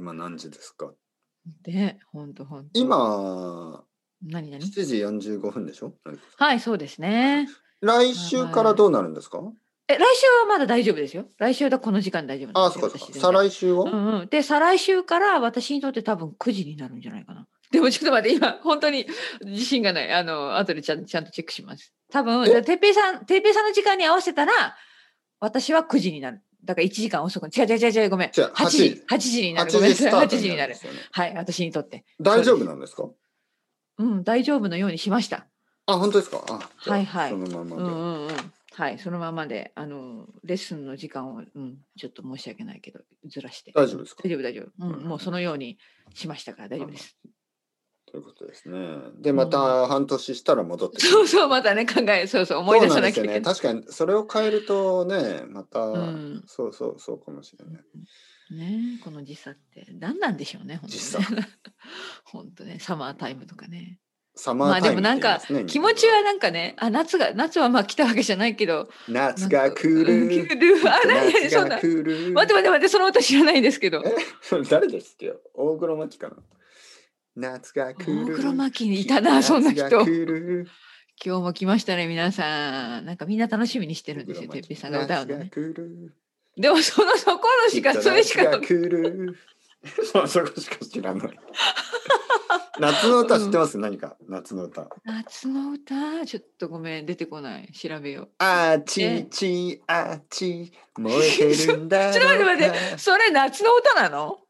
今何時ですか？ で、ほんと。 今、 何 7時45分でしょ？ はい、そうですね。 来週からどうなるんですか？ 来週はまだ大丈夫ですよ。来週はこの時間大丈夫なんああ、 ですよ、 そうかそうか。 私全然。 再来週は？ で、再来週から私にとって多分9時になるんじゃないかな。でもちょっと待って、今ほんとに自信がない。後でちゃんとチェックします。多分、てっぺいさんの時間に合わせたら、私は9時になる。だから1時間遅く違う、ごめん。 じゃあ、 8時になる。ごめんなさい。8時になる。はい、私にとって。 大丈夫なんですか？ 大丈夫のようにしました。 あ、本当ですか？あ、じゃあ、 はい。 そのままで。 はい、そのままで、レッスンの時間を、ちょっと申し訳ないけど、ずらして。 大丈夫ですか？ 大丈夫。もうそのようにしましたから大丈夫です。 ということですね。で、また半年したら戻ってくる。 そう、またね、思い出さなきゃいけない。 確かに、それを変えるとね、また、そうかもしれない。 ね、この時差って何なんでしょうね、 時差。 本当ね、サマータイムとかね。 サマータイムって言いますね。 まあでもなんか気持ちはなんかね、夏はまあ来たわけじゃないけど、 夏が来る。 何そんな。待ってその歌知らないんですけど。 誰ですっけ？大黒摩季かな。夏が来る。 大黒摩季にいたな、そんな人。今日も来ましたね、皆さん。なんかみんな楽しみにしてるんですよ、てっぺいさんが歌うのね。でもそこのしかそれしか。 そこしか知らない。夏の歌知ってます？何か夏の歌。 夏の歌ちょっとごめん出てこない。調べよう。 あちちあち燃えてるんだ。 ちょっと待って。それ夏の歌なの？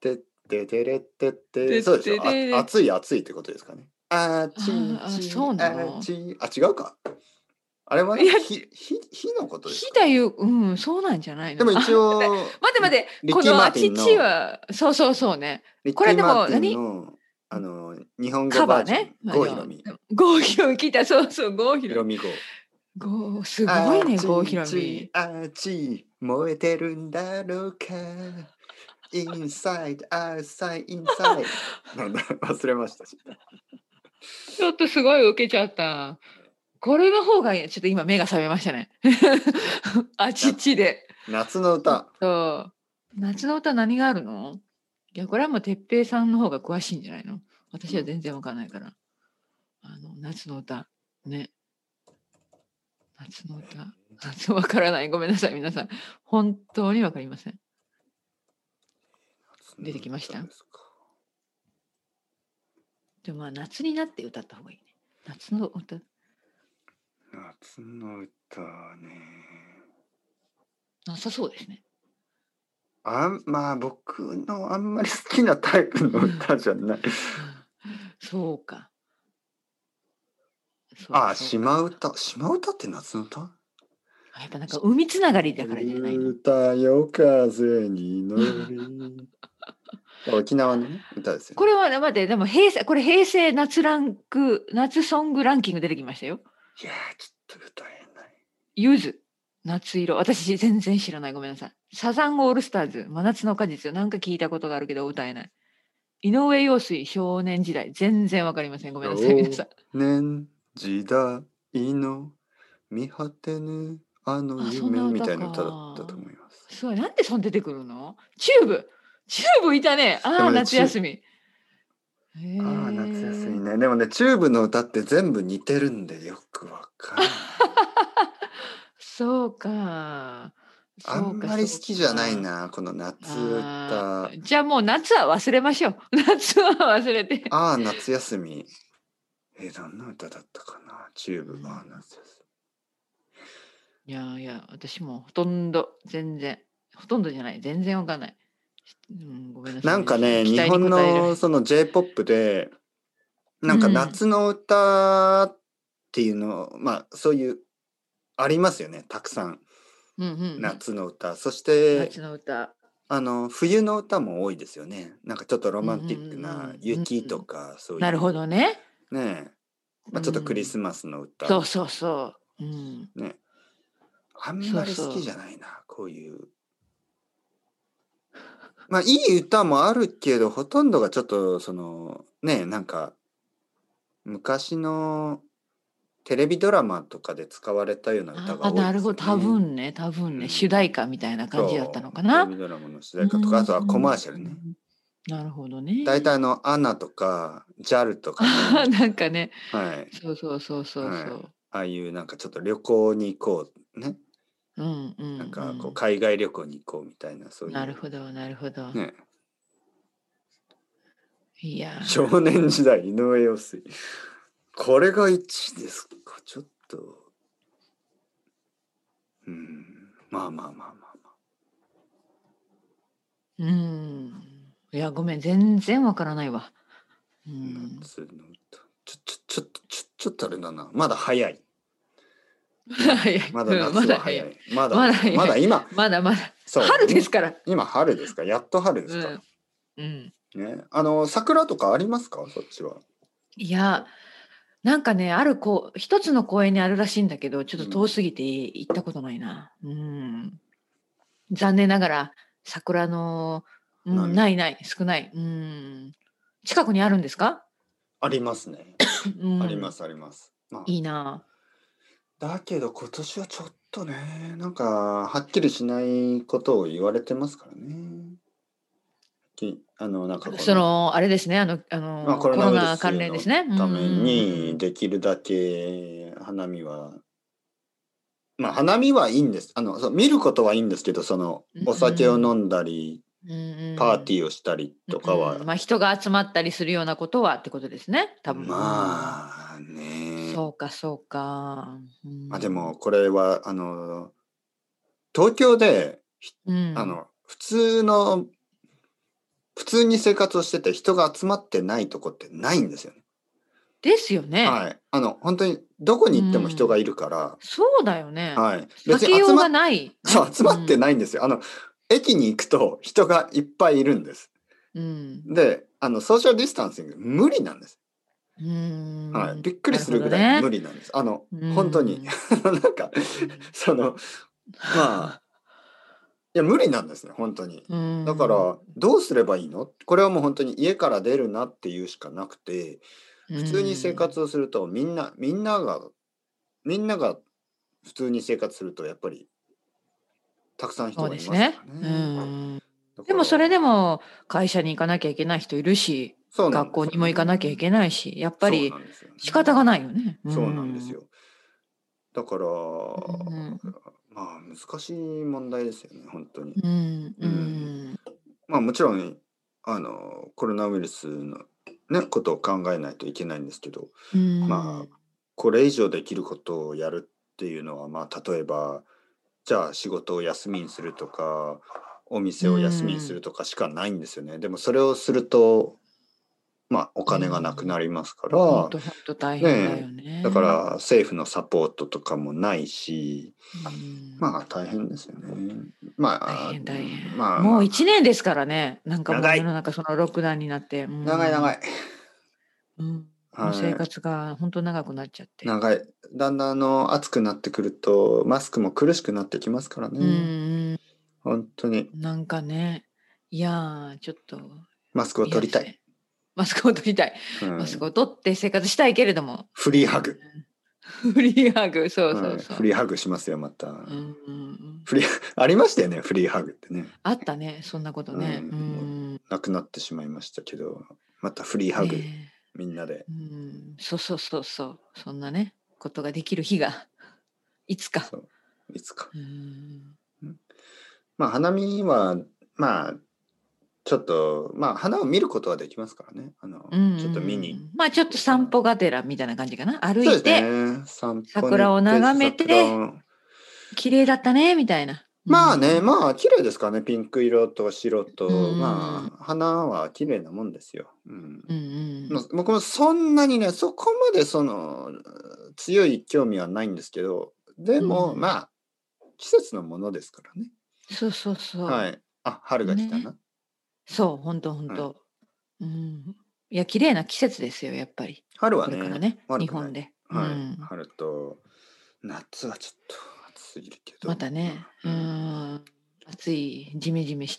そうでしょ。暑いってことですかね。あちちそうなの？ 違うか。あれは火のことですか？ 火だよ。そうなんじゃないの？ でも一応待って。このあちちはそうね。これでも何？ 日本語バージョン。郷ひろみ。 郷ひろみ聞いた。そう郷ひろみ。 郷すごいね、郷ひろみ。 あち燃えてるんだろうか。Inside, outside, inside。なんだ忘れました。 ちょっとすごい受けちゃった。これの方がちょっと今目が覚めましたね。あちちで。 夏の歌。 夏の歌何があるの？いやこれはもうてっぺいさんの方が詳しいんじゃないの？私は全然わかんないから。夏の歌ね。夏の歌。わからない。ごめんなさい皆さん。本当にわかりません。出てきました？でもまあ夏になって歌った方がいいね。夏の歌ね。なさそうですね。 まあ僕のあんまり好きなタイプの歌じゃない。 そうか。 島歌って夏の歌？ やっぱなんか海つながりだからじゃないの？ 歌よ風に乗り。沖縄の歌ですよね。 これは待ってでも平成夏ソングランキング出てきましたよ。 いやちょっと歌えない。 ゆず夏色私全然知らないごめんなさい。サザンオールスターズ真夏の果実なんか聞いたことがあるけど歌えない。井上陽水少年時代全然わかりませんごめんなさい皆さん。 年時代の見果てぬ夢みたいな歌だったと思います。 すごいなんでそん出てくるの？チューブいたね。夏休み。 夏休みね。でもねチューブの歌って全部似てるんでよくわかんない。 そうか。 あんまり好きじゃないなこの夏歌。 じゃあもう夏は忘れましょう。夏は忘れて。 夏休み。何の歌だったかな。チューブが夏休み。いや私もほとんどじゃない全然わかんない。ごめんなさい。 なんかね日本のその J-POP でなんか夏の歌っていうのまあそういうありますよねたくさん。夏の歌そして夏の歌冬の歌も多いですよね。なんかちょっとロマンティックな雪とかそういう。 なるほどね。 ねえ、ちょっとクリスマスの歌。 そう。 ね、あんまり好きじゃないなこういう。まあいい歌もあるけどほとんどがちょっとそのねなんか昔のテレビドラマとかで使われたような歌が多いですよね。 なるほど多分ね主題歌みたいな感じだったのかな。 テレビドラマの主題歌とかあとはコマーシャルね。 なるほど大体ね。 アナとか JAL とかああ、 の、 なんかね、 はい、 そうそうそうそうはい、 そう。 ああいうなんかちょっと旅行に行こうね、 うんうんなんかこううん。 海外旅行に行こうみたいなそういうなるほどなるほど。 ね、 いや少年時代井上陽水、これが1位ですか？ちょっと、まあまあまあまあまあ。 ー、いや、ごめん、全然わからないわ。 夏の歌。ちょっとあれだな。まだ早い。ね。 早い。 まだうん、ま夏だ早い。 は早い。まだまですよ。 だ早い。 まだ今、 まだまだ。 そう、 春ですから。 今春ですか？やっと春ですか？ うん。うん。 ね。桜とかありますか？そっちは。 いや、なんかね、一つの公園にあるらしいんだけど、ちょっと遠うん。 すぎて行ったことないな。残念ながら、桜のな何？ いない、少ない。近くにあるんですか？ ありますね。 うん。 ありますあります。まあ、 いいな。 だけど今年はちょっとね、なんか、はっきりしないことを言われてますからね。なんかこの、 あれですね、 まあ、コロナウイルコロナ関スの連ですね。うんうんために、 うん。 できるだけまあ、花見はいいんです。そう、見ることはいいんですけど、 うんお酒を飲んだり、 うん。うんうん。 パーティーをしたりとかは、 まあ、人が集まったりするようなことはってことですね、多分。 まあね。 そうかそうか。 まあでも、これは、東京で、 うん。 普通に生活をしてて人が集まってないとこってないんですよね。 ですよね。 はい。本当にどこうに行っても人がん。 いるから、 そうだよね。 はい。別避けようがにないそう、 ね。 集まってないんですよ。駅に行くと人がいっぱいいるんです。 うん。 で、ソーシャルディスタンシング無理なんです。はい。びっくりなるほするぐらい無どね。 理なんです。 う本当に。 ん。 なんか、その、まあ、いや、無理なんですね、本当に。 うだかん。 ら、どうすればいいの？これはもう本当に家から出るなっていうしかなくて、 う普通に生ん。 活をすると、みんなが普通に生活すると、やっぱりたくさん人そうがいますかですね。 らね。だから、 でもそれでも会社に行かなきゃいけない人いるし、 そうなん学校にもですよね。 行かなきゃいけないし、やっぱそうりなんですよね。 仕方がないよね。 そうなんですよ。だから、 うん。 まあ、難しい問題ですよね、本当に。 うんううん。 ん。 まあ、もちろん、コロナウイルスのね、ことを考えないといけないんですけど、 うまあ、 ん。 これ以上できることをやるっていうのは、まあ、例えば、じゃあ仕事を休みにするとか、おう店を休みにするん。 とかしかないんですよね。でもそれをすると、まあ、おう金がなくなん。 りますから、 ほんとほんと大変だねえ、 よだかね。 ら政府のサポートとかもないし、 うん。 まあ大変ですよね。まあ、 大変大変。もうまあま 1年ですからね。なんかもう長い。 世の中そのロックダウンになって、 長い。 もう生はい。 活がほんと長くなっちゃって。 長い。だんだん暑くなってくると、マスクも苦しくなってきますからうね。 ん本当に。 なんかね、いや、ちょっとマスクを取りたい。 嫌ですね。マスクを取りたい。 うマスクをん。 取って生活したいけれども、 フリーハグ。 フリーハグ、そうそうはい。 そう。 フリーハグしますよ、また。 うんうんうん。 フリー、ありましたよね、フリーハグってね。 あったね、そんなことね。 うん。もう、なくなってしまいましたけど、またフリーハグ、 ねみんなで。 そうそうそうそう。そんなね、ことができる日がいつか。 そう。いつか。 うん。 まあ、花見は、まあ、ちょっと、まあ、花を見ることはできますからね。ちょっと見に、 まあちょっと散歩がてらみたいな感じかな。歩そうですいて、 ね。散歩に行桜をって、 眺めて、 桜を、 綺麗だったね、みたいな。 まあね、まあ、綺麗ですからね。ピンク色と白うんと、まあ、花は綺麗なもんですよ。うん。 うんうん。 僕もそんなにね、そこまで強い興味はないんですけど、でも、まあ、季節のものですからね。 そうそうそはい。あ、春う。ね。 が来たな。 そう、ほんとほんはい。 と。うん。いや、綺麗な季節ですよ、やっぱり。これから春はね、 ね、 悪くない。 日本で。 はい。春と、夏はちょっと暑すぎるけまど、 たね、 うん。 暑い、ジメジメして、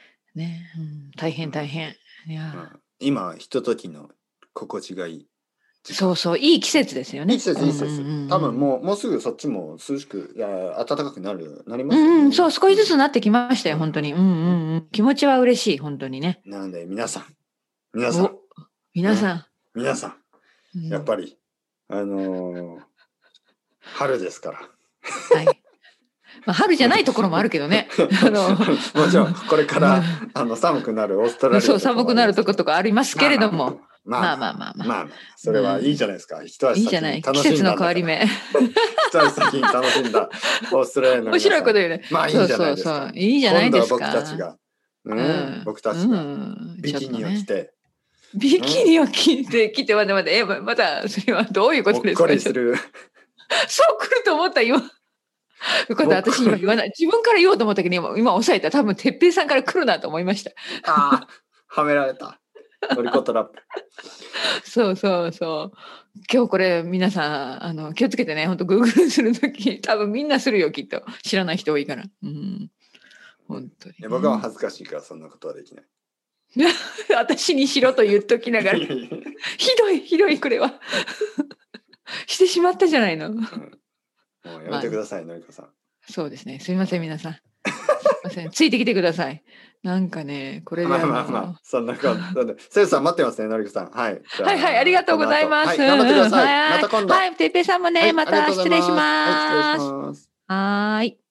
ね、大変大変。いや、 まあ、今、ひとときの心地がいい。 そうそう、いい季節ですよね。 いい季節、いい季節。多分もうすぐそっちも涼しく、暖かくなりますよね。 そう、少しずつなってきましたよ、本当に。気持ちは嬉しい、本当にね。 なので、皆さん、 皆さん、やっぱり、春ですから。 はい。春じゃないところもあるけどね。 もちろん、これから寒くなるオーストラリア。 そう、寒くなるとことかありますけれども。まあ、 それはいいじゃないですか。一足先に楽しんだ。 季節の変わり目。 一足先に楽しんだオーストラリアの皆さん。 面白いこと言うね。 まあいいじゃないですか。 いいじゃないですか。 今度は僕たちがビキニを着て。 ビキニを着て待って、またそれはどういうことですか。そう来ると思った今。私今言わない。自分から言おうと思ったけど今抑えた。多分哲平さんから来るなと思いました。 ああ、はめられた。ノリコトラップ。 そう。今日これ皆さん気をつけてね。本当グーグルするとき多分みんなするよきっと。知らない人多いから。本当に、ね。 僕は恥ずかしいからそんなことはできない。 私にしろと言っときながらひどいこれはしてしまったじゃないの。 もうやめてください、のりこさん。 そうですね。すみません皆さん。すみません。ついてきてください。なんかね、これでそんな感じで。セルさん待ってますね、のりこさん。はい。 はい、ありがとうございます。 頑張ってください。また今度。 はい、てっぺいさんもね、また失礼します。はい。